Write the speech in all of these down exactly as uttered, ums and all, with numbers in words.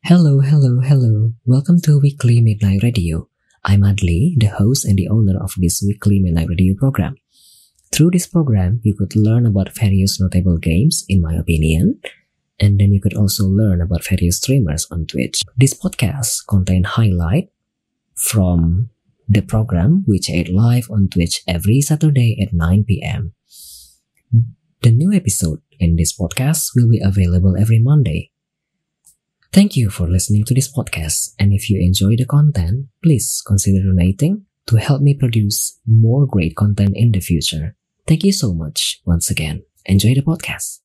Hello, hello, hello. Welcome to Weekly Midnight Radio. I'm Adli, the host and the owner of this Weekly Midnight Radio program. Through this program, you could learn about various notable games, in my opinion, and then you could also learn about various streamers on Twitch. This podcast contains highlight from the program which aired live on Twitch every Saturday at nine p.m. The new episode in this podcast will be available every Monday. Thank you for listening to this podcast, and if you enjoy the content, please consider donating to help me produce more great content in the future. Thank you so much once again. Enjoy the podcast.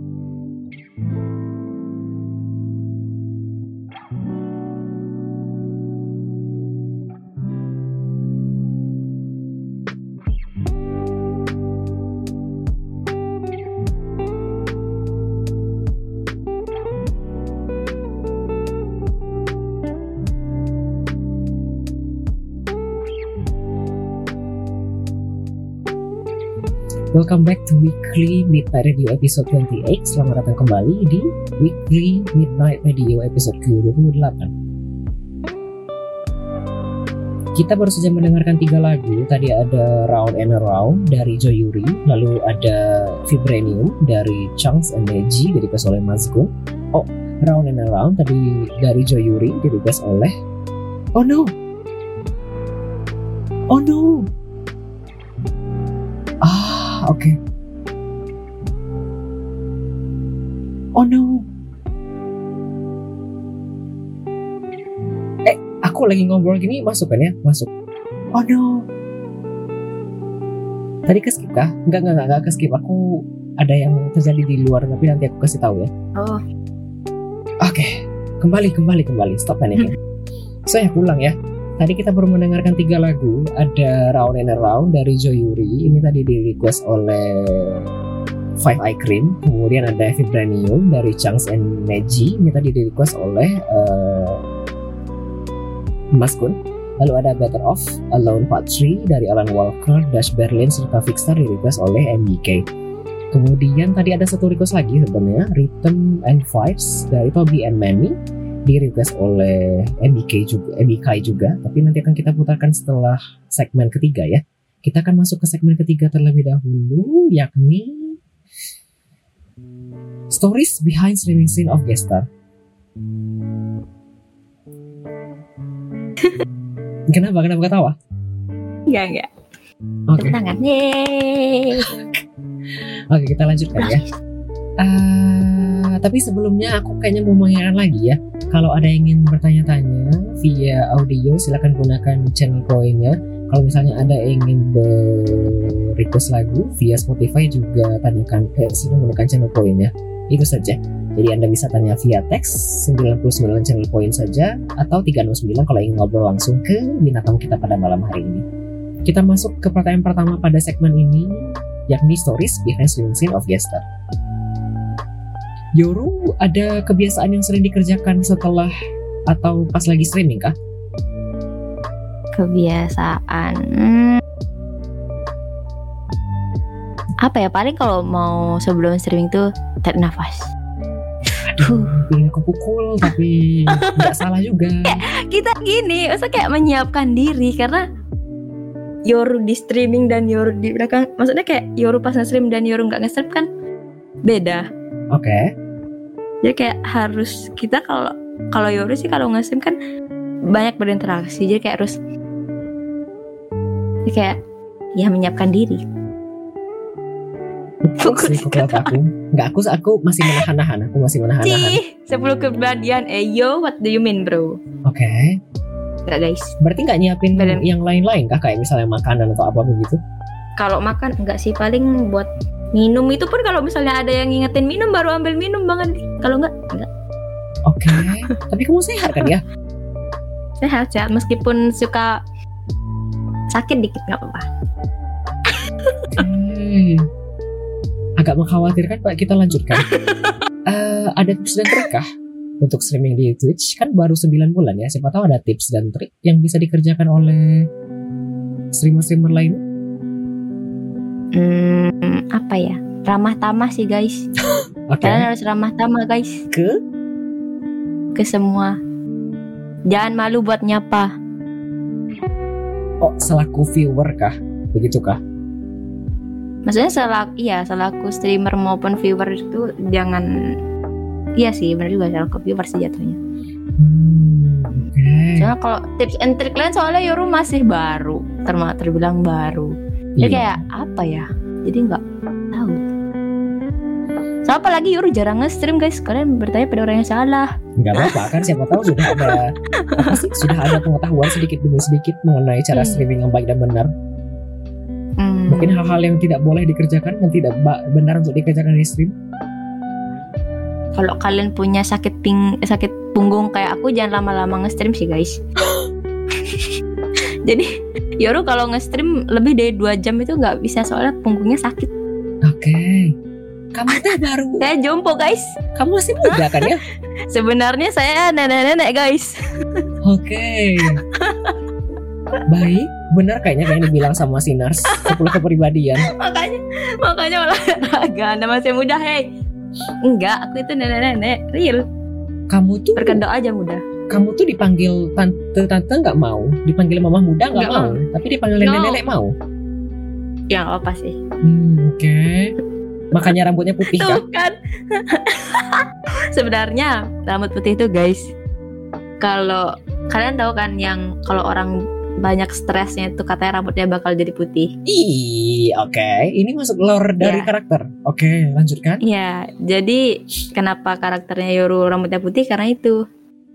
Welcome back to Weekly Midnight Radio episode twenty-eight. Selamat datang kembali di Weekly Midnight Radio episode ke dua puluh delapan. Kita baru saja mendengarkan tiga lagu. Tadi ada Round and Around dari Joyuri, lalu ada Vibranium dari Chunks and Neji di request oleh Mazgun. Oh, Round and Around tadi dari Joyuri di request oleh Oh no. Oh no. Ah, oke. Okay. Oh no. Eh, aku lagi ngobrol gini masuk kan ya? Masuk. Oh no. Tadi ke skip kah? Enggak, enggak, enggak ke skip. Aku ada yang terjadi di luar, tapi nanti aku kasih tahu ya. Oh. Oke. Okay. Kembali, kembali, kembali. Stop panicking. Saya ulang ya. Tadi kita baru mendengarkan tiga lagu. Ada Round and Around dari Joyuri. Ini tadi di request oleh Five Eye Cream. Kemudian ada Vibranium dari Chunks and Neji. Ini tadi di request oleh uh, Mas Kun. Lalu ada Better Off Alone Part tiga dari Alan Walker, Dash Berlin serta Fixstar di request oleh M B K. Kemudian tadi ada satu request lagi sebenarnya, Rhythm and Vibes dari Toby and Manny, di request oleh M B K juga, M B K juga, tapi nanti akan kita putarkan setelah segmen ketiga ya. Kita akan masuk ke segmen ketiga terlebih dahulu, yakni Stories Behind Streaming Scene of Gestar. Kenapa? Kenapa ketawa? Enggak, enggak. Oke. Tepuk tangan. Yeay. Oke, kita lanjutkan ya. Uh, tapi sebelumnya aku kayaknya mau mengingatkan lagi ya, kalau ada yang ingin bertanya-tanya via audio silakan gunakan channel koinnya. Kalau misalnya ada yang ingin request lagu via Spotify juga tanyakan ke sini menggunakan channel koinnya. Itu saja. Jadi Anda bisa tanya via teks sembilan puluh sembilan channel koin saja atau tiga nol sembilan kalau ingin ngobrol langsung ke bintang tamu kita pada malam hari ini. Kita masuk ke pertanyaan pertama pada segmen ini, yakni Stories Behind Streaming Scene of Gestar. Yoru, ada kebiasaan yang sering dikerjakan setelah atau pas lagi streaming kah? Kebiasaan hmm. Apa ya, paling kalau mau sebelum streaming tuh tarik nafas. Aduh, pengen aku pukul tapi gak salah juga. Kita gini, maksudnya kayak menyiapkan diri, karena Yoru di streaming dan Yoru di belakang, maksudnya kayak Yoru pas nge-stream dan Yoru gak nge-stream kan beda. Oke. Okay. Jadi kayak harus kita kalau kalau Yoru sih kalau nge-stream kan banyak berinteraksi, jadi kayak harus jadi kayak ya menyiapkan diri. Pukul sih pukul aku. Enggak, aku aku masih menahan-nahan, aku masih menahan-nahan. Cih, sepuluh keberanian. Eh yo, what do you mean, bro? Oke. Okay. Enggak, guys. Berarti enggak nyiapin Badan. yang lain-lain kah, kayak misalnya makanan atau apa begitu? Kalau makan enggak sih, paling buat minum itu pun kalau misalnya ada yang ngingetin minum baru ambil minum banget. Kalau enggak, enggak. Oke. Okay. Tapi kamu sehat kan ya? Sehat, sehat meskipun suka sakit dikit enggak apa-apa. Okay. Agak mengkhawatirkan Pak, kita lanjutkan. uh, ada tips dan trik kah untuk streaming di Twitch? Kan baru sembilan bulan ya, siapa tahu ada tips dan trik yang bisa dikerjakan oleh streamer-streamer lain. Hmm, apa ya? Ramah tamah sih guys. Okay. Kalian harus ramah tamah guys. Ke? ke semua. Jangan malu buat nyapa. Oh, selaku viewer kah? Begitu kah? Maksudnya selaku, iya selaku streamer maupun viewer itu jangan. Iya sih, benar juga selaku viewer sih jatuhnya. Hmm, oke. Okay. Soalnya kalau tips and trick lain soalnya Yoru masih baru, terma terbilang baru. Jadi Iya. kayak apa ya? Jadi nggak tahu. So apalagi Yoru jarang nge-stream guys. Kalian bertanya pada orang yang salah. Nggak apa-apa kan, siapa tahu sudah ada apa sih, sudah ada pengetahuan sedikit demi sedikit mengenai cara Hmm. streaming yang baik dan benar. Hmm. Mungkin hal-hal yang tidak boleh dikerjakan dan tidak ba- benar untuk dikerjakan di stream. Kalau kalian punya sakit ping sakit punggung kayak aku, jangan lama-lama nge-stream sih guys. Jadi Yoru kalau nge-stream lebih dari dua jam itu nggak bisa soalnya punggungnya sakit. Oke. Okay. Kamu tuh baru, Saya jompo guys. kamu masih muda kan ya? Sebenarnya saya nenek-nenek guys. Oke. Okay. Baik, benar kayaknya kayak dibilang sama Sinars sepuluh kepribadian. makanya makanya olahraga. Anda masih muda hei. Enggak, aku itu nenek-nenek real. Kamu tuh Berkedok aja muda. kamu tuh dipanggil tante-tante nggak mau, dipanggil mama muda nggak Nggak mau, tapi dipanggil nenek-nenek mau. Ya nggak apa sih. Hmm, oke. Okay. Makanya rambutnya putih kah? Tuh kan. Sebenarnya rambut putih itu guys, kalau kalian tahu kan yang kalau orang banyak stresnya itu katanya rambutnya bakal jadi putih. Ih, oke. Okay. Ini masuk lore dari Ya. karakter. Oke, okay, lanjutkan. Iya, jadi kenapa karakternya Yoru rambutnya putih karena itu.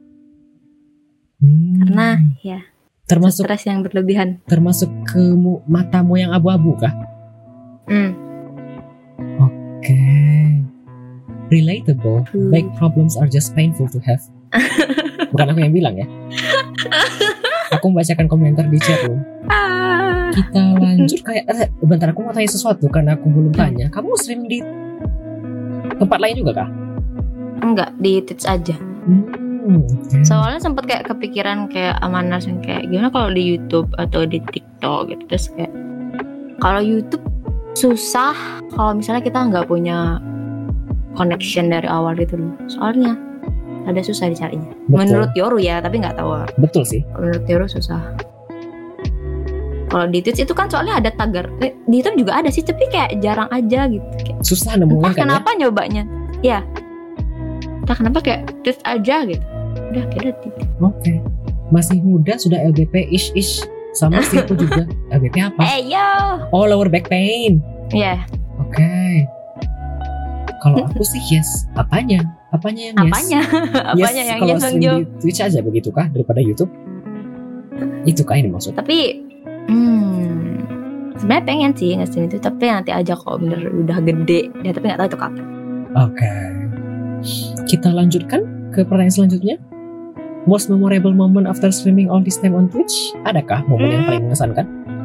Hmm. Karena ya termasuk stres yang berlebihan. termasuk ke mu- matamu yang abu-abu kah? Hmm. Oke. Okay. Relatable. Hmm. Big problems are just painful to have. Bukan aku yang bilang ya. Aku membacakan komentar di chat room. Ah. Kita lanjut kayak eh, bentar, aku mau tanya sesuatu karena aku belum tanya. Kamu stream di tempat lain juga kah? Enggak, di Twitch aja. Hmm, okay. Soalnya sempet kayak kepikiran kayak Amanas yang kayak gimana kalau di YouTube atau di TikTok gitu. Terus kayak kalau YouTube susah kalau misalnya kita nggak punya connection dari awal gitu loh. Soalnya ada susah dicarinya. Betul. Menurut Yoru ya, tapi nggak tahu. Betul sih. Menurut Yoru susah. Kalau di Twitch itu kan soalnya ada tagar. Eh, di YouTube juga ada sih, tapi kayak jarang aja gitu. Kayak, Susah nemuin entah kan kenapa nyobanya. Ya. Entah kenapa kayak Twitch aja gitu. Udah kayak ya. Oke. Masih muda sudah L B P ish ish. Sama sih aku juga. L B P apa? Eh yo. Oh, lower back pain. Iya. Oke. Okay. Kalau aku sih yes. Apanya? Apanya yang yes? Apanya? Apanya yes, yang kalau yes Bang stream Jo? di Twitch aja begitu kah daripada YouTube? Itu kah ini maksud? Tapi hmm, sebenarnya pengen sih nge-stream itu, tapi nanti aja kok bener udah gede. Ya tapi nggak tahu itu kapan. Oke. Okay. Kita lanjutkan ke pertanyaan selanjutnya. Most memorable moment after streaming all this time on Twitch? Adakah momen yang paling mengesankan?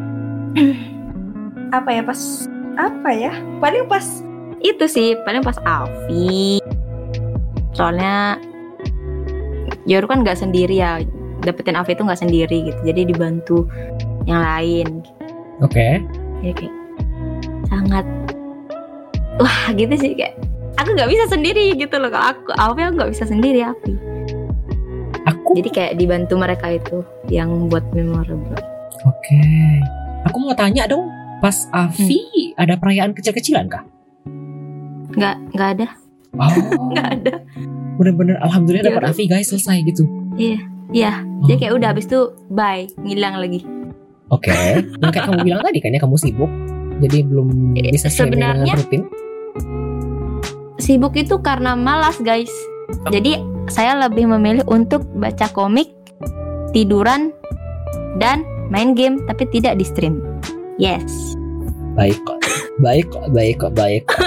Apa ya pas? Apa ya? Paling pas itu sih, paling pas Alfi. Soalnya Yoru kan nggak sendiri ya, dapetin Alfi itu nggak sendiri gitu, jadi dibantu yang lain. Oke. Okay. Jadi kayak sangat wah gitu sih, kayak aku nggak bisa sendiri gitu loh. Kalau aku Alfi aku nggak bisa sendiri Alfi. Aku. Jadi kayak dibantu mereka itu yang buat memorable. Oke. Okay. Aku mau tanya dong, pas Alfi hmm. ada perayaan kecil-kecilan kah? Nggak, nggak ada. Oh. Nggak ada. Bener-bener alhamdulillah dapat Alfi guys, selesai gitu. Iya, iya. Oh. Jadi kayak udah habis itu bye, ngilang lagi. Oke. Okay. Yang kayak kamu bilang tadi kan ya, kamu sibuk, jadi belum bisa streaming dengan rutin. Sibuk itu karena malas guys. Jadi saya lebih memilih untuk baca komik, tiduran, dan main game, tapi tidak di stream. Yes. Baik kok, baik kok, baik kok, baik kok.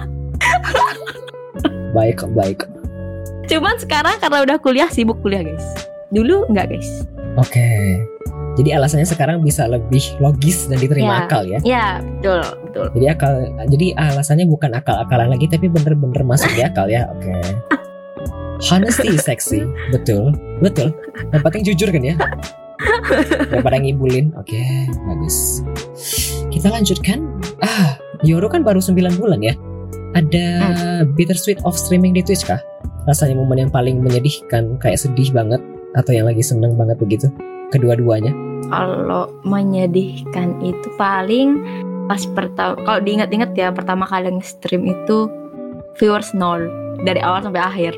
Baik kok, baik kok. Cuman sekarang karena udah kuliah, sibuk kuliah guys. Dulu enggak guys. Oke. Okay. Jadi alasannya sekarang bisa lebih logis dan diterima ya, akal ya. Iya, betul, betul. Jadi akal, jadi alasannya bukan akal-akalan lagi, tapi bener-bener masuk di akal ya. Oke. Okay. Honesty is sexy, betul, betul. Yang penting jujur kan ya. Daripada ngibulin. Oke, okay, bagus. Kita lanjutkan. Ah, Yoru kan baru sembilan bulan ya. Ada hmm. bittersweet of streaming di Twitch kah? rasanya momen yang paling menyedihkan, kayak sedih banget atau yang lagi seneng banget begitu? Kedua-duanya. Kalau menyedihkan itu paling pas pertama, kalau diingat-ingat ya, pertama kali nge-stream itu viewers nol dari awal sampai akhir.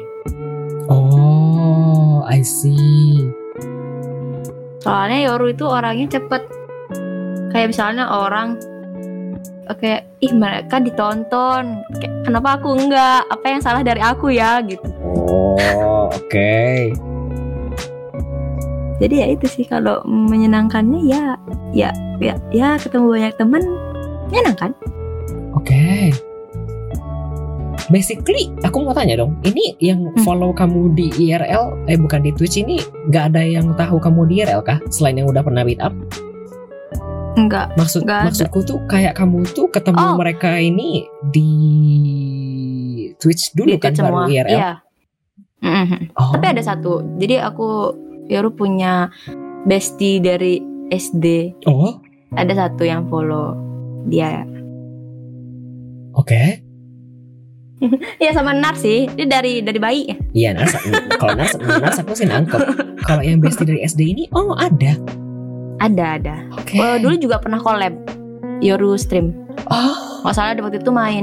Oh, I see. Soalnya Yoru itu orangnya cepet. Kayak misalnya orang oke, ih mereka ditonton, kayak, kenapa aku enggak? Apa yang salah dari aku ya gitu. Oh, oke. Okay. Jadi ya itu sih, kalau menyenangkannya ya ya ya ya ketemu banyak teman menyenangkan. Oke. Okay. Basically, aku mau tanya dong, ini yang follow hmm. kamu di I R L, eh bukan di Twitch ini, nggak ada yang tahu kamu di I R L kah? Selain yang udah pernah meet up? Enggak. Maksud enggak maksudku tuh kayak kamu tuh ketemu oh. mereka ini di Twitch dulu di kan semua. Baru I R L. Iya. Mm-hmm. Oh. Tapi ada satu. Jadi aku Yoru punya bestie dari S D. Oh. Ada satu yang follow dia. Oke. Okay. Iya sama Nars sih. Dia dari dari bayi. Iya Nars. Kalau Nars, Nars aku sih nangkep. Kalau yang bestie dari S D ini, oh ada. Ada ada. Okay. Oh, dulu juga pernah collab Yoru stream. Oh. Nggak salah waktu itu main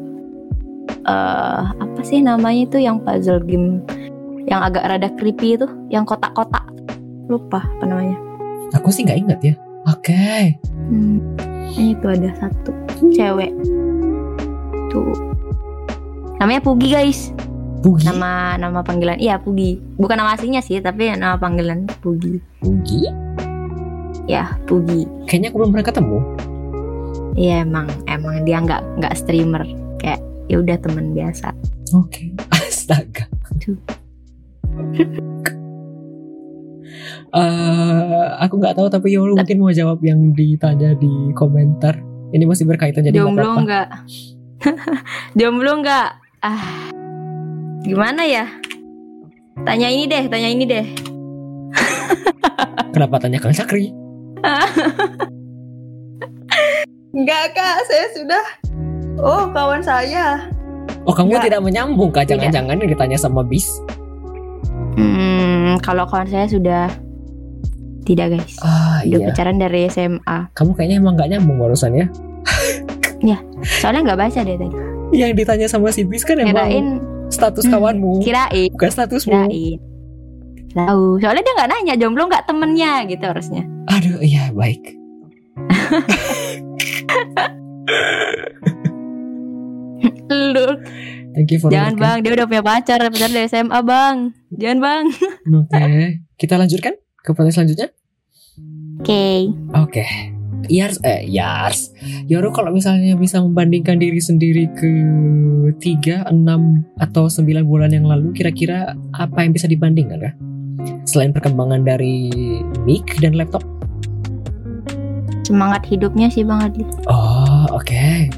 uh, apa sih namanya itu yang puzzle game yang agak rada creepy itu, yang kotak-kotak. Lupa apa namanya. Aku sih nggak ingat ya. Oke. Okay. Hmm, ini tuh ada satu cewek. Tuh. Namanya Pugi guys. Pugi. Nama nama panggilan. Iya Pugi. Bukan nama aslinya sih, tapi nama panggilan Pugi. Pugi? Ya Pugi. Kayaknya aku belum pernah ketemu. Iya emang emang dia nggak nggak streamer, kayak ya udah teman biasa. Oke. Okay. Astaga. uh, aku nggak tahu tapi Yoru mungkin mau jawab yang ditanya di komentar. Ini masih berkaitan jadi jomblo nggak? Jomblo nggak? Ah, gimana ya? Tanya ini deh, tanya ini deh. Kenapa tanya Kang Sakri? Enggak kak, saya sudah. Oh kawan saya. Oh kamu Nggak. Tidak menyambung kak? Jangan-jangan yang ditanya sama Bis? Hmm, kalau kawan saya sudah tidak guys. Ah, udah iya. pacaran dari S M A. Kamu kayaknya emang nggak nyambung barusan ya? Ya, soalnya nggak baca deh tadi. Yang ditanya sama si Bis kan emang kirain, status hmm, kawanmu. Kirain. Bukan statusmu. Kirain. Tahu. Soalnya dia nggak nanya jomblo nggak temennya gitu harusnya. Aduh, iya baik. Lu. Thank you for Jangan bang, dia udah punya pacar, pacar dari S M A bang. Jangan bang. Oke, okay. Kita lanjutkan ke pertanyaan selanjutnya. Oke. Okay. Oke. Okay. Yars, eh Yars. Yoru kalau misalnya bisa membandingkan diri sendiri ke tiga, enam atau sembilan bulan yang lalu, kira-kira apa yang bisa dibandingkan kah? Selain perkembangan dari mic dan laptop. Semangat hidupnya sih Bang Adli. Oh, oke. Okay.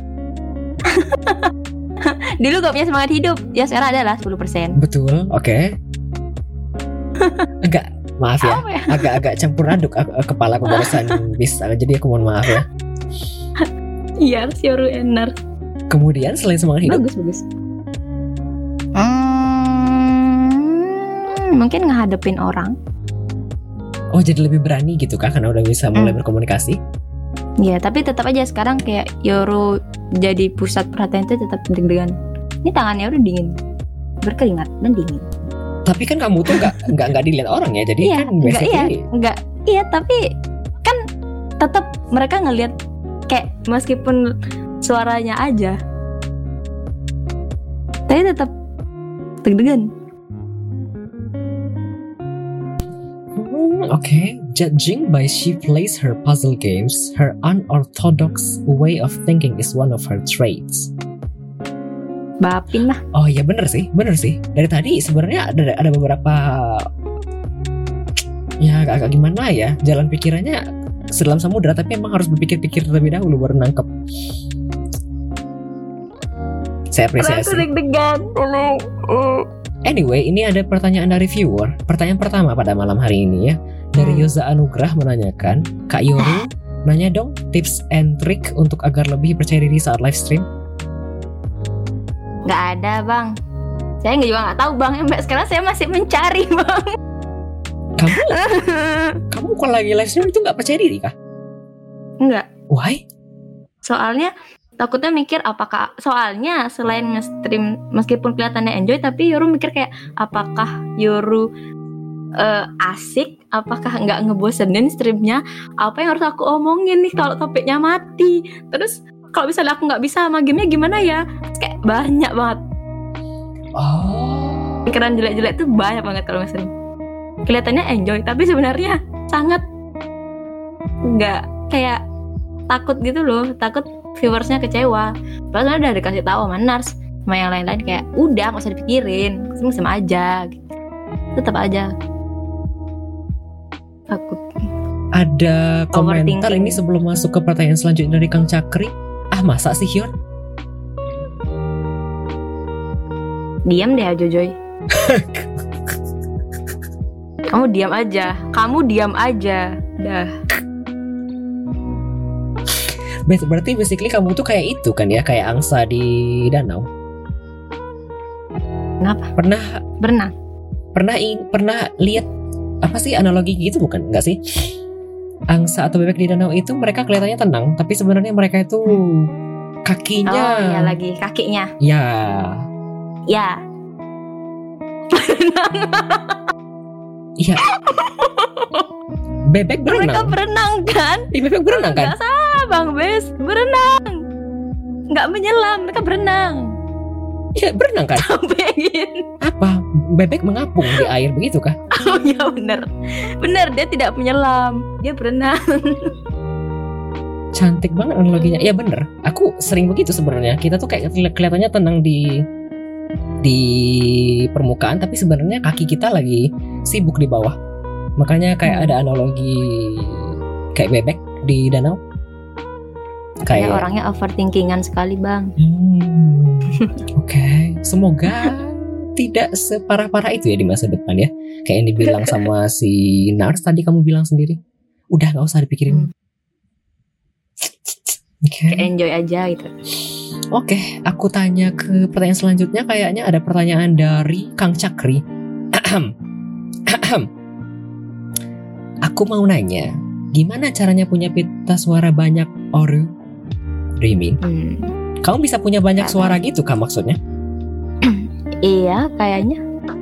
Dulu gak punya semangat hidup, ya sekarang adalah sepuluh persen. Betul, oke. Okay. Enggak, maaf ya, ya? Agak-agak campur aduk kepala aku barusan bis, jadi aku mohon maaf ya. Iya, Yoru enar. Kemudian selain semangat hidup, bagus bagus. Hmm, mungkin ngehadapin orang. Oh, jadi lebih berani gitu kah karena udah bisa mulai hmm. berkomunikasi? Ya, tapi tetap aja sekarang kayak Yoru jadi pusat perhatian itu tetap deg-degan. Ini tangannya udah dingin, berkeringat dan dingin. Tapi kan kamu tuh nggak nggak nggak dilihat orang ya, jadi iya, kan basically iya, nggak iya tapi kan tetap mereka ngelihat kayak meskipun suaranya aja, tapi tetap deg-degan. Hmm, Oke, okay. Judging by she plays her puzzle games, her unorthodox way of thinking is one of her traits. Bapin lah. Oh iya bener sih, bener sih. Dari tadi sebenarnya ada ada beberapa ya agak gimana ya, jalan pikirannya sedalam samudra, tapi emang harus berpikir-pikir terlebih dahulu baru nangkep. Saya apresiasi. Anyway, ini ada pertanyaan dari viewer. Pertanyaan pertama pada malam hari ini ya, dari Yoza Anugrah menanyakan, Kak Yoru, nanya dong tips and trick untuk agar lebih percaya diri saat live stream. Gak ada bang. Saya nggak juga nggak tahu bang. Sampai sekarang saya masih mencari bang. Kamu, kamu kalau lagi live stream itu nggak percaya diri kah? Enggak. Why? Soalnya takutnya mikir apakah, soalnya selain nge-stream meskipun kelihatannya enjoy, tapi Yoru mikir kayak apakah Yoru uh, asik, apakah nggak ngebosenin streamnya, apa yang harus aku omongin nih kalau topiknya mati, terus kalau misalnya aku nggak bisa sama gamenya gimana ya. Terus kayak banyak banget. Oh. Pikiran jelek-jelek tuh banyak banget kalau nge-stream. Kelihatannya enjoy tapi sebenarnya sangat nggak, kayak takut gitu loh, takut viewersnya kecewa. Padahal udah dikasih tahu sama Nars sama yang lain-lain kayak udah nggak usah dipikirin, sama aja gitu. Tetap aja takut. Ada komentar ini sebelum masuk ke pertanyaan selanjutnya dari Kang Cakri. Ah masa sih Hyor? Diam deh Jojoy. Kamu diam aja, kamu diam aja, dah. Berarti basically kamu tuh kayak itu kan ya, kayak angsa di danau. Kenapa? Pernah berenang? Pernah ing, pernah lihat apa sih analogi gitu bukan? Enggak sih? Angsa atau bebek di danau itu mereka kelihatannya tenang, tapi sebenarnya mereka itu kakinya. Oh ya lagi kakinya. Ya. Ya. Iya. Bebek berenang. Mereka berenang kan? Iya, bebek berenang kan? Gak salah Bang Bes, berenang. Gak menyelam, mereka berenang. Iya berenang kan? Sampein. Apa? Bebek mengapung di air begitu kah? Oh ya benar. Benar, dia tidak menyelam, dia berenang. Cantik banget analoginya. Ya bener, aku sering begitu sebenarnya. Kita tuh kayak kelihatannya tenang di di permukaan, tapi sebenarnya kaki kita lagi sibuk di bawah. Makanya kayak ada analogi kayak bebek di danau. Kayak ya, orangnya overthinkingan sekali bang. Hmm, Oke, okay. Semoga tidak separah-parah itu ya di masa depan ya. Kayak yang dibilang sama si Nars tadi, kamu bilang sendiri. Udah gak usah dipikirin. Hmm. Okay. Enjoy aja gitu. Oke, okay, aku tanya ke pertanyaan selanjutnya. Kayaknya ada pertanyaan dari Kang Cakri. Aku mau nanya, gimana caranya punya pita suara banyak Oru? Do you mean? Hmm. Kamu bisa punya banyak Kaya. suara gitu kah maksudnya? Iya, kayaknya.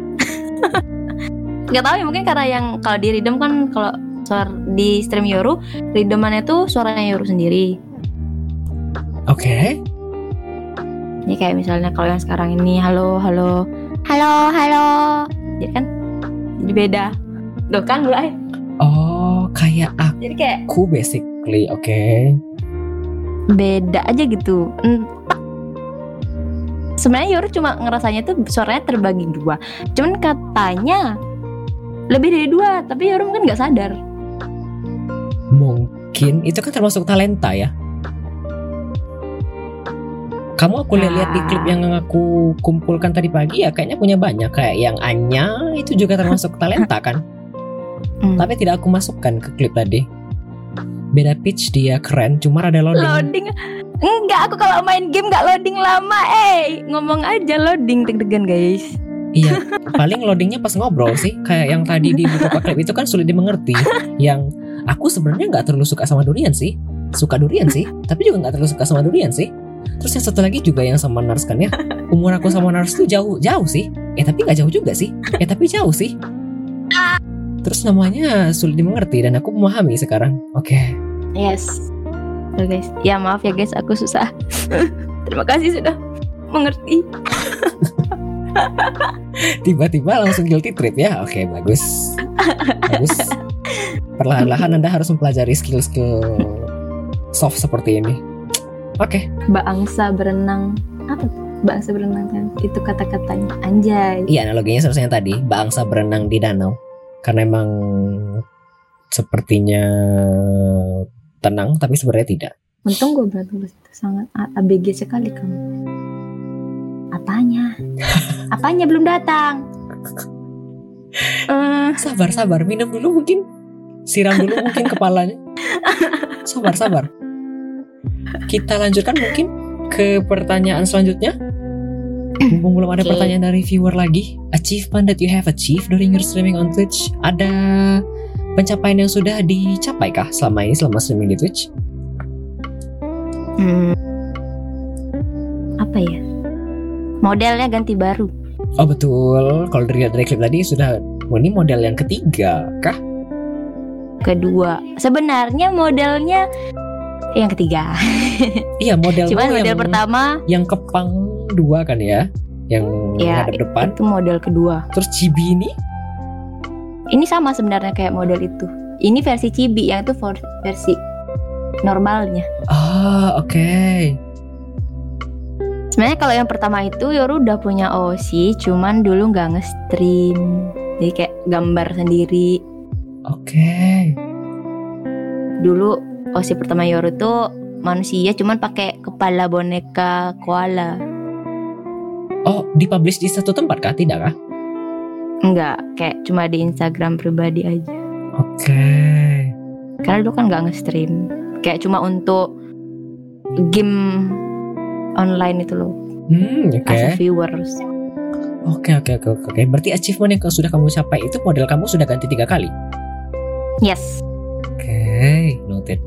Gak tahu ya, mungkin karena yang kalau di rhythm kan, kalau suara di stream Yoru, rhythmannya tuh suaranya Yoru sendiri. Oke. Okay. Ini kayak misalnya kalau yang sekarang ini halo halo halo halo, jadi kan jadi beda. Tuh kan mulai. Oh, kayak aku. Jadi kayak aku basically, oke. Okay. Beda aja gitu. Entah. Sebenarnya Yoru cuma ngerasanya tuh suaranya terbagi dua. Cuman katanya lebih dari dua, tapi Yoru mungkin nggak sadar. Mungkin itu kan termasuk talenta ya. Kamu aku lihat-lihat di klip yang aku kumpulkan tadi pagi ya kayaknya punya banyak. Kayak yang Anya itu juga termasuk talenta kan. Hmm. Tapi tidak aku masukkan ke klip tadi. Beda pitch dia keren, cuma ada loading. Loading? Enggak, aku kalau main game gak loading lama. Eh, ngomong aja loading deg-degan guys. Iya, paling loadingnya pas ngobrol sih. Kayak yang tadi di beberapa klip itu kan sulit dimengerti. Yang aku sebenarnya nggak terlalu suka sama durian sih. Suka durian sih, tapi juga nggak terlalu suka sama durian sih. Terus yang satu lagi juga yang sama Nars kan ya. Umur aku sama Nars tuh jauh jauh sih. Eh tapi nggak jauh juga sih. Eh tapi jauh sih. Terus namanya sulit dimengerti dan aku memahami sekarang. Oke. Okay. Yes. So guys, ya maaf ya guys, aku susah. Terima kasih sudah mengerti. Tiba-tiba langsung guilty trip ya. Oke, okay, bagus. Bagus. Perlahan-lahan Anda harus mempelajari skill-skill soft seperti ini. Oke. Okay. Bangsa berenang. Apa tuh? Bangsa berenang kan? Itu kata-katanya. Anjay. Iya, analoginya seharusnya tadi. Bangsa berenang di danau. Karena emang sepertinya tenang, tapi sebenarnya tidak. Untung gue berat tulis itu sangat A B G sekali kamu. Apanya? Apanya belum datang? uh. Sabar, sabar. Minum dulu mungkin. Siram dulu mungkin kepalanya. Sabar, sabar. Kita lanjutkan mungkin ke pertanyaan selanjutnya. Mumpung belum ada Okay. pertanyaan dari viewer lagi, achievement that you have achieved during your streaming on Twitch, ada pencapaian yang sudah dicapai kah selama ini selama streaming di Twitch? Hmm, apa ya? Modelnya ganti baru. Oh betul, kalau dari dari klip tadi sudah, oh, ini model yang ketiga kah? Kedua. Sebenarnya modelnya yang ketiga. Iya, model Cuman model yang pertama yang kepang dua kan ya, yang ya hadap depan. itu model kedua. Terus Chibi ini? Ini sama sebenarnya kayak model itu. Ini versi Chibi, yang itu for- versi normalnya. Ah, oke. Okay. Sebenarnya kalau yang pertama itu Yoru udah punya O C, cuman dulu nggak nge-stream. Jadi kayak gambar sendiri. Oke. Okay. Dulu O C pertama Yoru tuh manusia, cuman pakai kepala boneka koala. Oh, dipublish di satu tempat kah? Tidak kah? Enggak, kayak cuma di Instagram pribadi aja. Oke. Okay. Karena dulu kan nggak nge-stream, kayak cuma untuk game online itu loh. Hmm, oke. Okay. As viewers. Oke, oke, oke, oke. Berarti achievement yang sudah kamu capai itu model kamu sudah ganti tiga kali. Yes. Oke, okay, noted.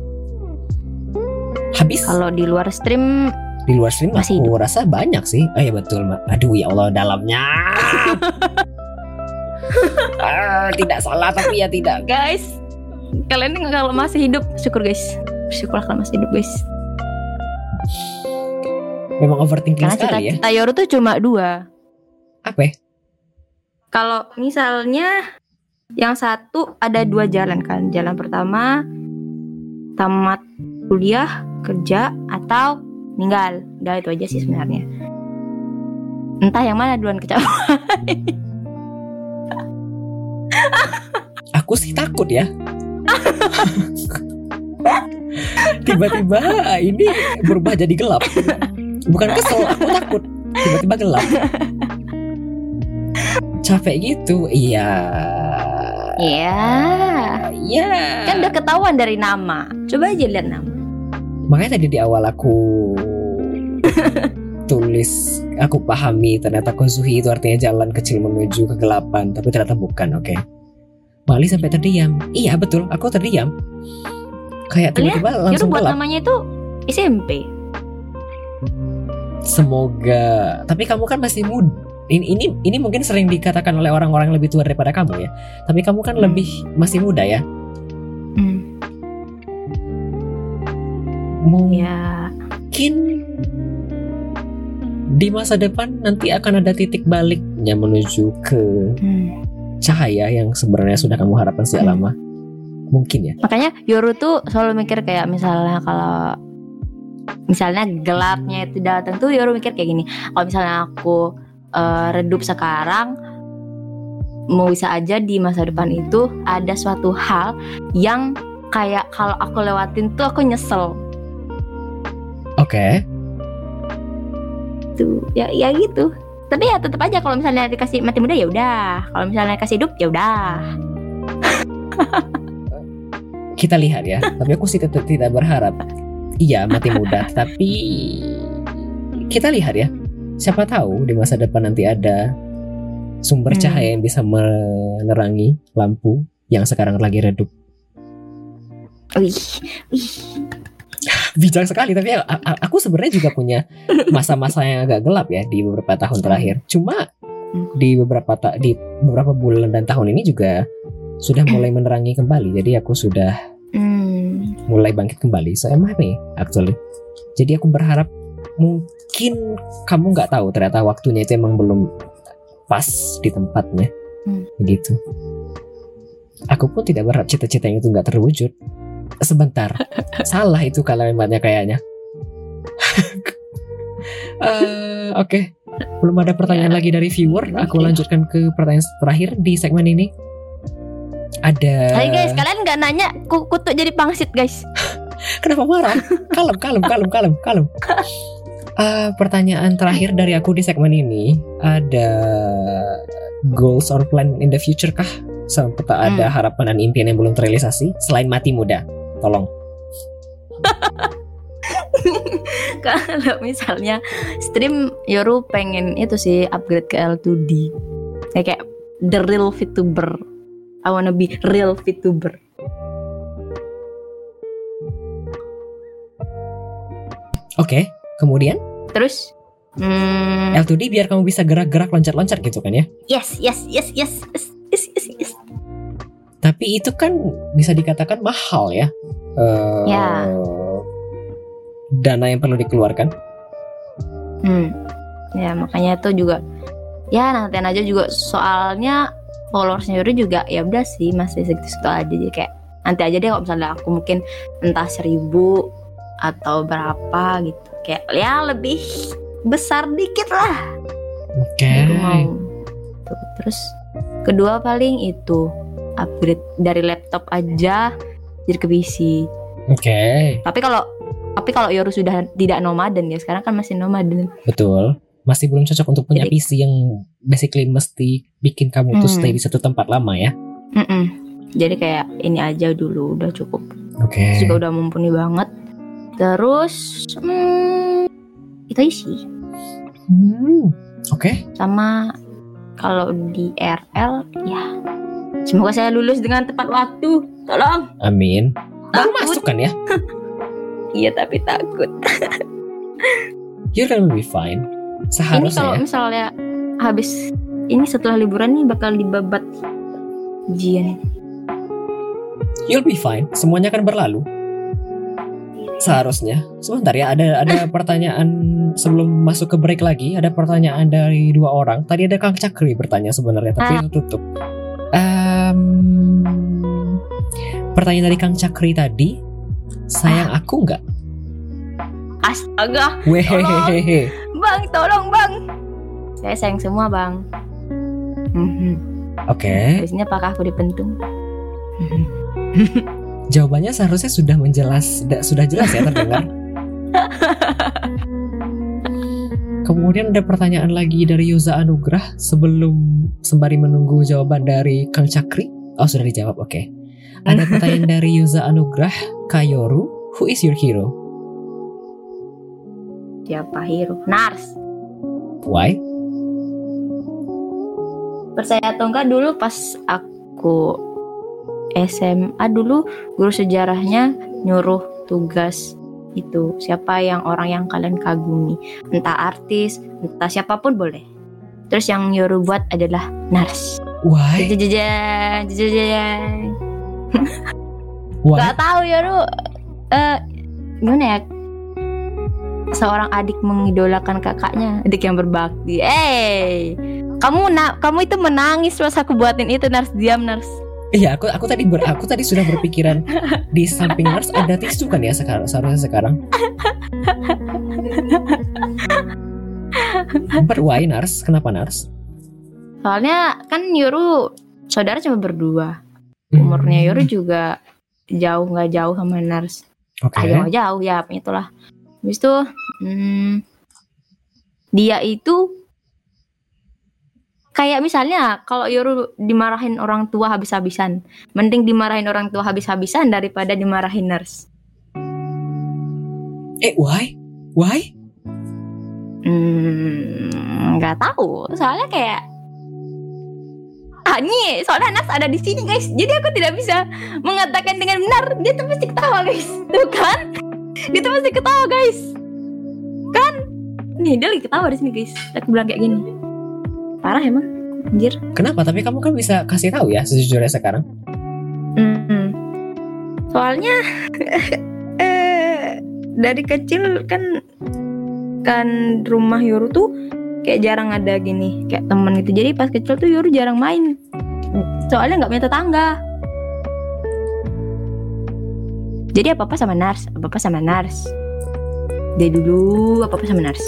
Habis? Kalau di luar stream Di luar stream masih aku hidup. rasa banyak sih. Oh ya betul, Ma. Aduh ya Allah, dalamnya. ah, tidak salah tapi ya tidak. Guys, kalian ini kalau masih hidup syukur guys. Bersyukurlah kalau masih hidup guys. Memang overthinking Karena sekali ya. cita-cita Yoru tuh cuma dua. Apa ya? Kalau misalnya yang satu ada dua jalan kan. Jalan pertama tamat kuliah, kerja, atau meninggal. Udah itu aja sih sebenarnya. Entah yang mana duluan kecapai. Aku sih takut ya. Tiba-tiba ini berubah jadi gelap. Bukan kesel, aku takut. Tiba-tiba gelap. Capek gitu. Iya. Iya. Iya. Kan udah ketahuan dari nama. Coba aja lihat nama. Makanya tadi di awal aku tulis, aku pahami ternyata Kozuhi itu artinya jalan kecil menuju kegelapan, tapi ternyata bukan. Oke. Okay. Mali sampai terdiam. Iya betul, aku terdiam. Kayak tiba-tiba Yoru langsung buat gelap. namanya itu S M P. Semoga. Tapi kamu kan masih muda. Ini, ini ini mungkin sering dikatakan oleh orang-orang yang lebih tua daripada kamu ya. Tapi kamu kan Hmm. lebih masih muda ya. Hmm. Mungkin Ya. di masa depan nanti akan ada titik baliknya menuju ke Hmm. cahaya yang sebenarnya sudah kamu harapkan sejak Hmm. lama. Mungkin ya. Makanya Yoru tuh selalu mikir kayak misalnya kalau misalnya gelapnya itu datang tuh Yoru mikir kayak gini. Kalau misalnya aku uh, redup sekarang, mau bisa aja di masa depan itu ada suatu hal yang kayak kalau aku lewatin tuh aku nyesel. Oke. Tuh ya ya gitu. Tapi ya tetap aja kalau misalnya dikasih mati muda ya udah. Kalau misalnya dikasih hidup ya udah. Kita lihat ya. Tapi aku sih tetap tidak berharap. Iya mati muda. Tapi kita lihat ya. Siapa tahu di masa depan nanti ada sumber Hmm. cahaya yang bisa menerangi lampu yang sekarang lagi redup. Wih, wih. Bijak sekali. Tapi a- a- aku sebenarnya juga punya masa-masa yang agak gelap ya di beberapa tahun terakhir. Cuma di beberapa ta- di beberapa bulan dan tahun ini juga sudah mulai menerangi kembali. Jadi aku sudah Hmm. mulai bangkit kembali. So I'm happy actually. Jadi aku berharap mungkin kamu nggak tahu ternyata waktunya itu emang belum pas di tempatnya. Hmm. Begitu. Aku pun tidak berharap cita-cita yang itu nggak terwujud. Sebentar, salah itu kalimatnya kayaknya. Eh, Oke, belum ada pertanyaan lagi dari viewer. Aku lanjutkan ke pertanyaan terakhir di segmen ini. Ada. Hai guys, kalian nggak nanya ku- kutuk jadi pangsit guys? Kenapa marah? Kalem, kalem, kalem, kalem, kalem. Uh, pertanyaan terakhir dari aku di segmen ini, ada goals or plan in the future kah? Sampai ada Hmm. harapan dan impian yang belum terrealisasi selain mati muda. Tolong. Kalau misalnya stream, Yoru pengen itu sih upgrade ke L two D. Kayak, kayak the real VTuber. I wanna be real VTuber. Oke, okay, kemudian? Terus hmm, L two D biar kamu bisa gerak-gerak loncat-loncat gitu kan ya? Yes, yes, yes, yes, yes, yes, yes, yes. Tapi itu kan bisa dikatakan mahal ya. Uh, ya. Dana yang perlu dikeluarkan. Hmm. Ya makanya itu juga. Ya nanti aja juga soalnya followersnya Yoru juga ya udah sih masih segitu-segitu aja, jadi kayak nanti aja deh kalau misalnya aku mungkin entah seribu atau berapa gitu, kayak ya lebih besar dikit lah. Oke. Okay. Terus kedua paling itu upgrade dari laptop aja jadi ke P C. Oke. Okay. Tapi kalau tapi kalau Yoru sudah tidak nomaden ya, sekarang kan masih nomaden. Betul. Masih belum cocok untuk punya jadi, P C yang basically mesti bikin kamu hmm. tuh stay di satu tempat lama ya. Mm-mm. Jadi kayak ini aja dulu udah cukup. Oke. Okay. Juga udah mumpuni banget. Terus hmm, itu sih. Hmm. Oke. Okay. Sama kalau di R L ya semoga saya lulus dengan tepat waktu. Tolong. Amin. Baru masuk kan ya? Iya tapi takut. You're gonna be fine. Seharusnya. Ini kalau ya. misalnya habis ini setelah liburan nih bakal dibabat ujian. You'll be fine. Semuanya akan berlalu. Seharusnya. Sebentar ya, ada ada pertanyaan sebelum masuk ke break lagi. Ada pertanyaan dari dua orang. Tadi ada Kang Cakri bertanya sebenarnya, tapi ah. itu tutup. Um, pertanyaan dari Kang Cakri tadi, sayang ah. aku nggak? Astaga. Wehehehe. Bang, tolong bang. Saya sayang semua bang. Mm-hmm. Oke. Okay. Biasanya apakah aku dipentung? Jawabannya seharusnya sudah menjelas, sudah jelas ya terdengar. Kemudian ada pertanyaan lagi dari Yuza Anugrah sebelum sembari menunggu jawaban dari Kang Cakri. Oh sudah dijawab, oke. Okay. Ada pertanyaan dari Yuza Anugrah, Kayoru, who is your hero? Siapa hero? Nars. Why? Percaya atau enggak dulu pas aku S M A dulu guru sejarahnya nyuruh tugas itu siapa yang orang yang kalian kagumi, entah artis, entah siapapun boleh. Terus yang Yoru buat adalah Nars. Why? Jajajan, jajajan. Why? Gak tahu Yoru. Uh, gimana ya? Seorang adik mengidolakan kakaknya, adik yang berbakti. Eh, kamu na- kamu itu menangis pas aku buatin itu Nars, diam Nars. Iya, aku aku tadi ber, aku tadi sudah berpikiran di samping Nars ada tisu kan ya sekarang seharusnya sekarang. But why Nars? Kenapa Nars? Soalnya kan Yoru saudara cuma berdua. Umurnya Yoru juga jauh nggak jauh sama Nars. Oke. Okay. Ah, jauh jauh ya, itulah. Habis itu hmm, dia itu kayak misalnya kalau Yoru dimarahin orang tua habis-habisan, mending dimarahin orang tua habis-habisan daripada dimarahin Nars. Eh, why? Why? Hmm, nggak tahu. Soalnya kayak ah nih, soalnya Nars ada di sini guys. Jadi aku tidak bisa mengatakan dengan benar. Dia tuh pasti ketawa guys, tuh kan? Dia tuh pasti ketawa guys, kan? Nih dia lagi ketawa di sini guys. Aku bilang kayak gini. Parah emang, anjir. Kenapa? Tapi kamu kan bisa kasih tahu ya sejujurnya sekarang. Mm-hmm. Soalnya eh, dari kecil kan kan rumah Yoru tuh kayak jarang ada gini kayak temen gitu. Jadi pas kecil tuh Yoru jarang main. Soalnya nggak punya tetangga. Jadi apa apa sama Nars, apa apa sama Nars. Dari dulu apa apa sama Nars.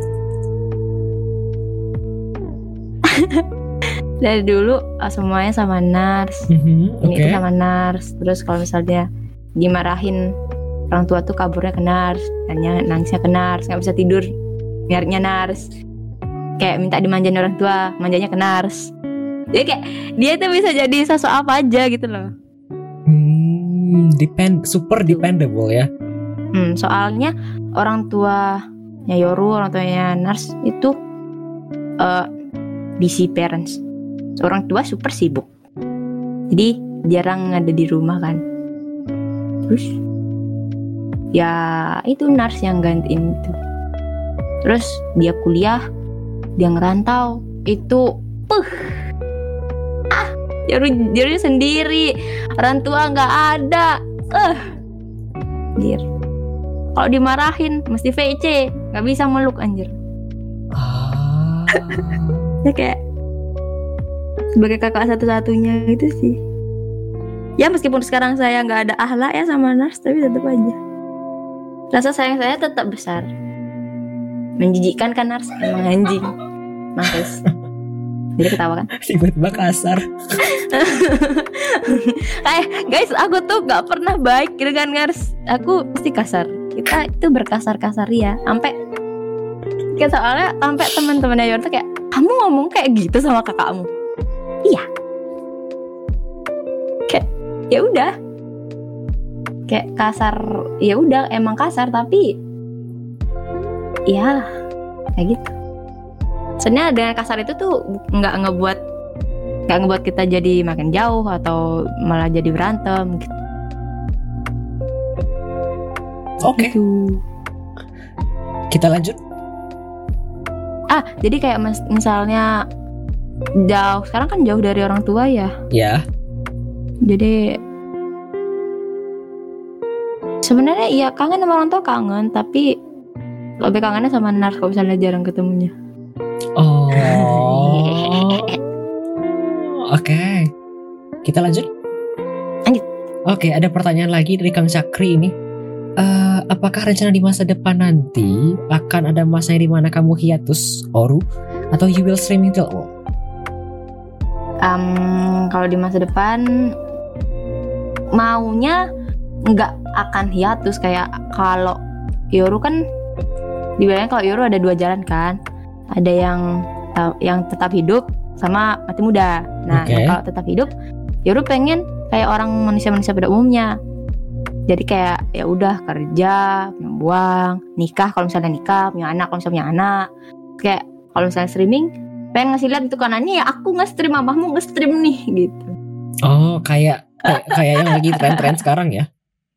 Dari dulu semuanya sama Nars. Mm-hmm, ini okay. itu sama Nars. Terus kalau misalnya dimarahin orang tua tuh kaburnya ke Nars, dan nangisnya ke Nars, nggak bisa tidur nyarinya Nars. Kayak minta dimanjain orang tua, manjanya ke Nars. Jadi kayak dia tuh bisa jadi sosok apa aja gitu loh. Hmm, depend, super dependable ya. Hmm, soalnya orang tuanya Yoru, orang tuanya Nars itu uh, busy parents. Orang tua super sibuk. Jadi jarang ada di rumah kan. Terus ya itu Nars yang gantiin itu. Terus dia kuliah, dia ngerantau. Itu puh. Ah, Yoru, Yoru sendiri. Orang tua nggak ada. Eh. Uh. Anjir. Kalau dimarahin mesti V C, nggak bisa meluk anjir. Ah. Ya kayak sebagai kakak satu-satunya gitu sih. Ya meskipun sekarang saya nggak ada akhlak ya sama Nars, tapi tetap aja rasa sayang saya tetap besar. Menjijikkan kan Nars, emang anjing. Mampus. Jadi ketawa kan? Tiba-tiba kasar. Kayak guys, aku tuh gak pernah baik dengan Nars. Aku pasti kasar. Kita itu berkasar-kasar ya. Sampai kayak soalnya sampai teman-temannya Yor tuh kayak, kamu ngomong kayak gitu sama kakakmu? Iya. Kayak ya udah. Kayak kasar. Ya udah, emang kasar tapi ya kayak gitu. Sebenarnya dengan kasar itu tuh nggak ngebuat nggak ngebuat kita jadi makin jauh atau malah jadi berantem gitu. Oke. Okay. Gitu. Kita lanjut. Ah, jadi kayak mis- misalnya jauh, sekarang kan jauh dari orang tua ya. Ya. Jadi sebenarnya iya kangen sama orang tua kangen, tapi lebih kangennya sama Nars kalau misalnya jarang ketemunya. Oh. Oke. Okay. Kita lanjut. Lanjut. Oke, okay, ada pertanyaan lagi dari Kang Cakri ini. Uh, apakah rencana di masa depan nanti akan ada masanya di mana kamu hiatus Oru atau you will streaming till all? Um, kalau di masa depan maunya nggak akan hiatus kayak kalau Yoru kan dibilangnya kalau Yoru ada dua jalan kan. Ada yang uh, yang tetap hidup sama mati muda. Nah, okay. Kalau tetap hidup, Yoru pengen kayak orang manusia-manusia pada umumnya. Jadi kayak ya udah kerja, membuang, nikah kalau misalnya nikah, punya anak kalau misalnya punya anak. Kayak kalau misalnya streaming, pengen ngasih lihat itu kanannya ya aku nge-stream, mamahmu nge-stream nih gitu. Oh, kayak kayak, kayak yang lagi tren-tren sekarang ya.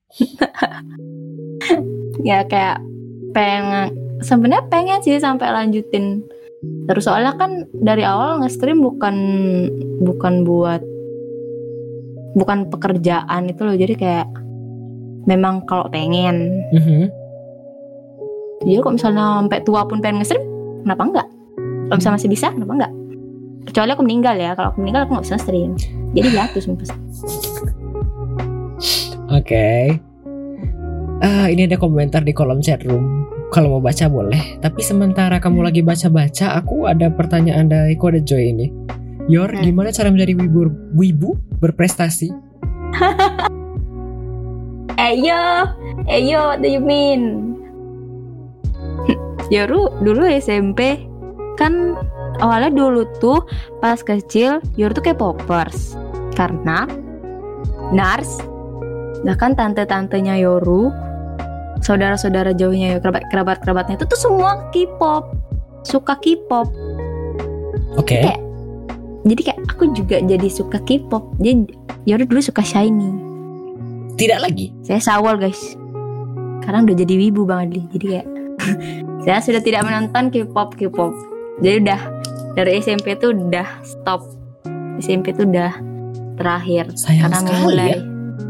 Ya kayak pengen sebenarnya pengen sih sampai lanjutin terus, soalnya kan dari awal nge-stream bukan bukan buat bukan pekerjaan itu loh, jadi kayak memang kalau pengen. Mm-hmm. Jadi kalau misalnya sampai tua pun pengen nge-stream, kenapa enggak? Kalau misalnya masih bisa, kenapa enggak? Kecuali aku meninggal ya, kalau aku meninggal aku nggak bisa stream, jadi hiatus mampus. Oke. Okay. Uh, ini ada komentar di kolom chat room. Kalau mau baca boleh. Tapi sementara kamu lagi baca-baca, aku ada pertanyaan dari Kode Joy ini. Yor, hmm. gimana cara menjadi wibu, wibu berprestasi? Ayo, ayo, what do you mean? Yoru dulu S M P kan awalnya dulu tuh pas kecil Yoru tuh kayak K-popers karena Nars, bahkan tante-tantenya Yoru, saudara-saudara jauhnya ya, kerabat-kerabatnya itu tuh semua K-pop, suka K-pop. Oke. Okay. Jadi kayak aku juga jadi suka K-pop. Jadi Yoru dulu suka SHINee. Tidak lagi. Saya sawal guys. Sekarang udah jadi wibu Bang Adli. Jadi kayak saya sudah tidak menonton K-pop K-pop. Jadi udah dari S M P tuh udah stop. S M P tuh udah terakhir. Sayang karena sekali memulai. ya.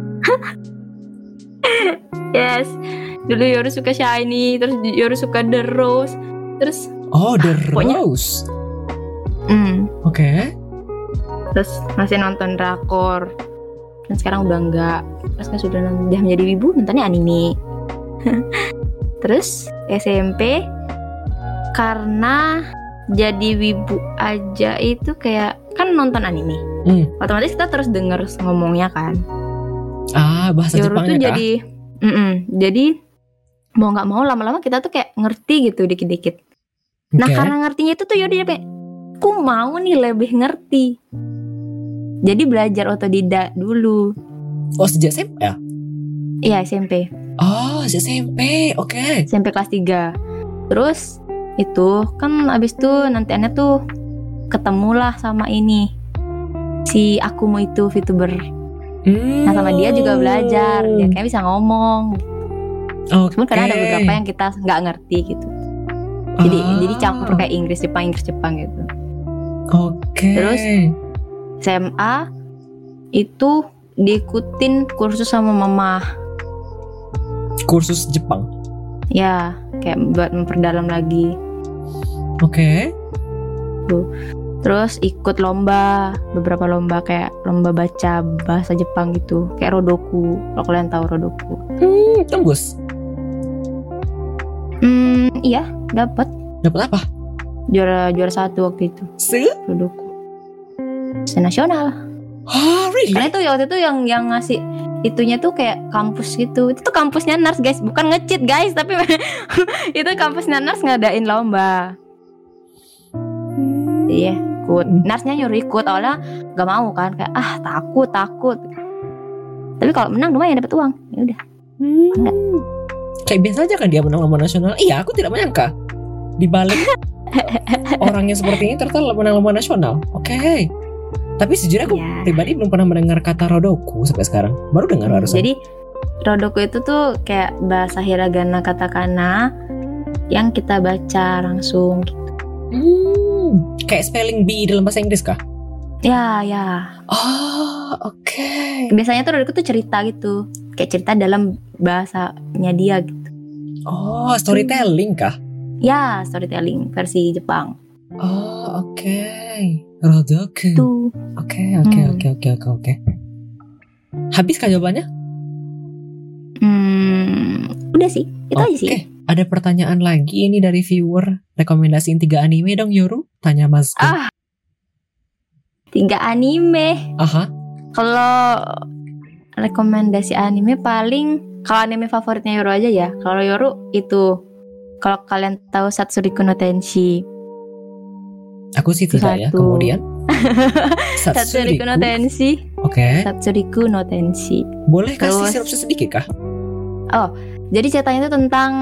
Yes. Dulu Yoru suka SHINee, terus Yoru suka The Rose, terus oh The pokoknya, Rose. Hmm. Oke. Okay. Terus masih nonton drakor. Dan sekarang udah enggak. Terus kan sudah udah menjadi wibu, nontonnya anime. Terus S M P karena jadi wibu aja itu kayak kan nonton anime. Hmm. Otomatis kita terus denger ngomongnya kan. Ah, bahasa Yoru Jepangnya tuh kah? jadi jadi mau nggak mau lama-lama kita tuh kayak ngerti gitu dikit-dikit. Okay. Nah karena ngertinya itu tuh Yoru dia kayak aku mau nih lebih ngerti. Jadi belajar otodidak dulu. Oh sejak S M P ya? Iya S M P. Oh, S M P, oke. Okay. S M P kelas tiga. Terus itu kan abis itu nanti aneh tuh ketemulah sama ini si Akumu itu VTuber. Hmm. Nah sama dia juga belajar, dia kayak bisa ngomong. Okay. Cuman kadang ada beberapa yang kita nggak ngerti gitu. Jadi ah. jadi campur kayak Inggris Jepang Inggris Jepang gitu. Oke. Okay. Terus S M A itu diikutin kursus sama mama. Kursus Jepang. Ya, kayak buat memperdalam lagi. Oke. Okay. Terus ikut lomba, beberapa lomba kayak lomba baca bahasa Jepang gitu, kayak Rodoku. Kalau kalian tahu Rodoku. Hmm, tembus. Hmm, iya, dapat. Dapat apa? Juara juara satu waktu itu. Se? Rodoku. Se-nasional. Oh, really? Karena itu waktu itu yang yang ngasih itunya tuh kayak kampus gitu. Itu tuh kampusnya Nars guys, bukan nge-cheat guys, tapi itu kampusnya Nars ngadain lomba. Iya, hmm. ikut. Narsnya nyuruh ikut, awalnya gak mau kan, kayak ah takut takut. Tapi kalau menang lumayan dapat uang. Ya udah. Hmm. Enggak. Kayak biasa aja kan dia menang lomba nasional. Iya, aku tidak menyangka di balik orang yang seperti ini ternyata menang lomba nasional. Oke. Okay. Tapi sejujurnya aku ya. pribadi belum pernah mendengar kata Rodoku sampai sekarang. Baru dengar hmm, barusan. Jadi Rodoku itu tuh kayak bahasa hiragana katakana yang kita baca langsung gitu. Hmm, kayak spelling bee dalam bahasa Inggris kah? Ya, ya. Oh, oke. Okay. Biasanya tuh Rodoku tuh cerita gitu. Kayak cerita dalam bahasanya dia gitu. Oh, storytelling kah? Ya, storytelling versi Jepang. Oh, oke. Okay. Rodoku. Oke, oke, oke, oke, oke, oke. Habis kah jawabannya? Hmm, udah sih. Itu okay. aja sih. Ada pertanyaan lagi ini dari viewer. Rekomendasiin tiga anime dong, Yoru. Tanya Mas. Ah, tiga anime. Aha. Kalau rekomendasi anime paling, kalau anime favoritnya Yoru aja ya. Kalau Yoru itu, kalau kalian tahu Satsuriku no Tenshi. Aku sih tidak ya. Kemudian Satsuriku no Tenshi. Oke. Okay. Satsuriku no Tenshi. Boleh kasih sinopsis sedikit kah? Oh, jadi ceritanya itu tentang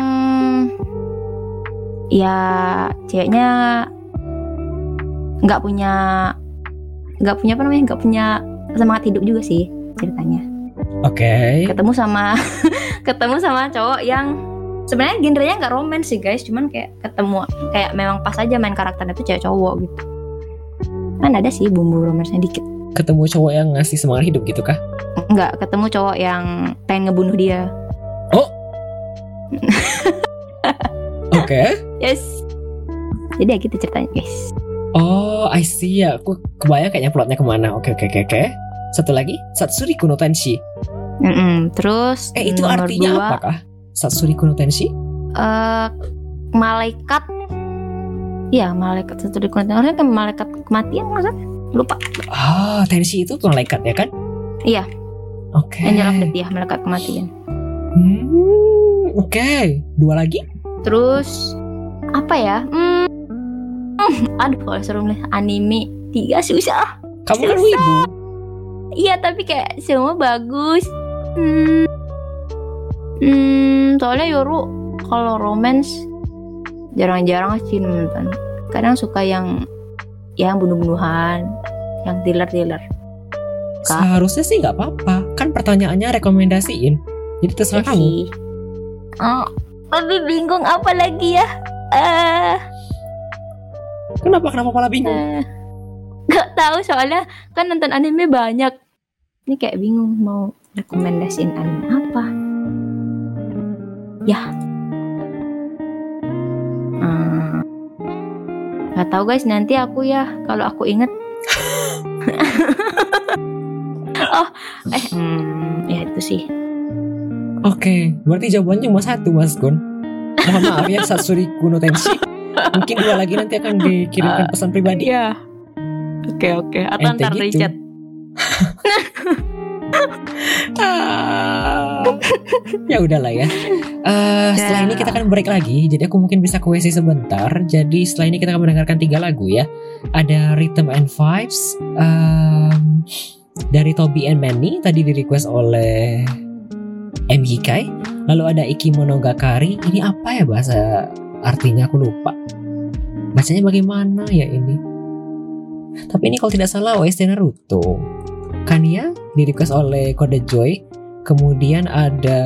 ya ceweknya nggak punya nggak punya apa namanya nggak punya semangat hidup juga sih ceritanya. Oke. Okay. Ketemu sama ketemu sama cowok yang sebenarnya genrenya nggak romans sih guys, cuman kayak ketemu kayak memang pas aja main karakternya tuh cewek cowok gitu. Kan ada sih bumbu romansnya dikit. Ketemu cowok yang ngasih semangat hidup gitu kah? Enggak, ketemu cowok yang pengen ngebunuh dia. Oh. Oke. Okay. Yes. Jadi ya gitu ceritanya guys. Oh, I see ya. Aku kebayang kayaknya plotnya kemana. Oke, okay, oke, okay, oke, okay. Oke. Satu lagi, Satsuriku no Tenshi. Mm-mm. Terus Eh itu artinya dua, apakah? Satsuriku no Tenshi? Uh, malaikat. Iya, malaikat Satsuriku no Tenshi. Orangnya kan malaikat kematian maksudnya. Lupa. Ah, oh, Tenshi itu malaikat ya kan? Iya. Oke. Okay. Angel of Death ya, malaikat kematian. Hmm, oke. Okay. Dua lagi? Terus apa ya? Hmm, aduh, kalau suruh milih anime tiga susah. Kamu kan wibu. Iya, tapi kayak semua bagus. Hmm, hmm soalnya Yoru kalau romance jarang-jarang sih nonton. Kadang suka yang yang bunuh-bunuhan, yang thriller-thriller. Seharusnya sih nggak apa-apa. Kan pertanyaannya rekomendasiin. Jadi terserah ya kamu. Oh, lebih bingung apa lagi ya? Uh, kenapa kenapa malah bingung? Uh, gak tahu soalnya kan nonton anime banyak. Ini kayak bingung mau rekomendasiin anime apa. Ya. Hmm, gak tahu guys, nanti aku ya kalau aku inget. Oh, eh, hmm, ya itu sih. Oke, okay, berarti jawabannya cuma satu, Mas Gun. Mohon maaf ya, Satsuriku no Tenshi. Mungkin dua lagi nanti akan dikirimkan pesan pribadi. Iya. Oke, oke. Atau ntar di chat. Ya udahlah ya. Uh, setelah ini kita akan break lagi. Jadi aku mungkin bisa ke W C sebentar. Jadi setelah ini kita akan mendengarkan tiga lagu ya. Ada Rhythm and Vibes um, dari Toby and Manny. Tadi di request oleh Emgikai. Lalu ada Ikimonogatari. Ini apa ya bahasa artinya, aku lupa. Bacanya bagaimana ya ini? Tapi ini kalau tidak salah O S T Naruto. Kania di request oleh Kode Joy. Kemudian ada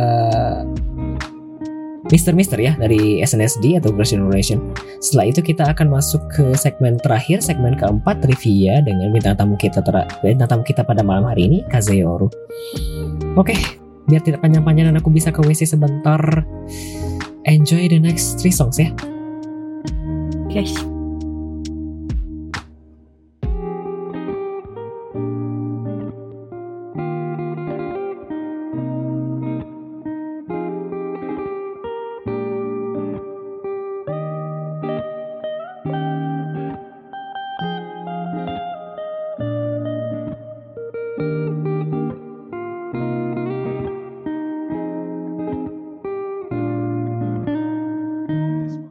Mister Mister ya dari S N S D atau Girls' Generation. Setelah itu kita akan masuk ke segmen terakhir, segmen keempat, trivia dengan bintang tamu kita ter- bintang tamu kita pada malam hari ini, Kazeyoru. Oke, biar tidak panjang-panjang dan aku bisa ke W C sebentar. Enjoy the next three songs ya. Yes.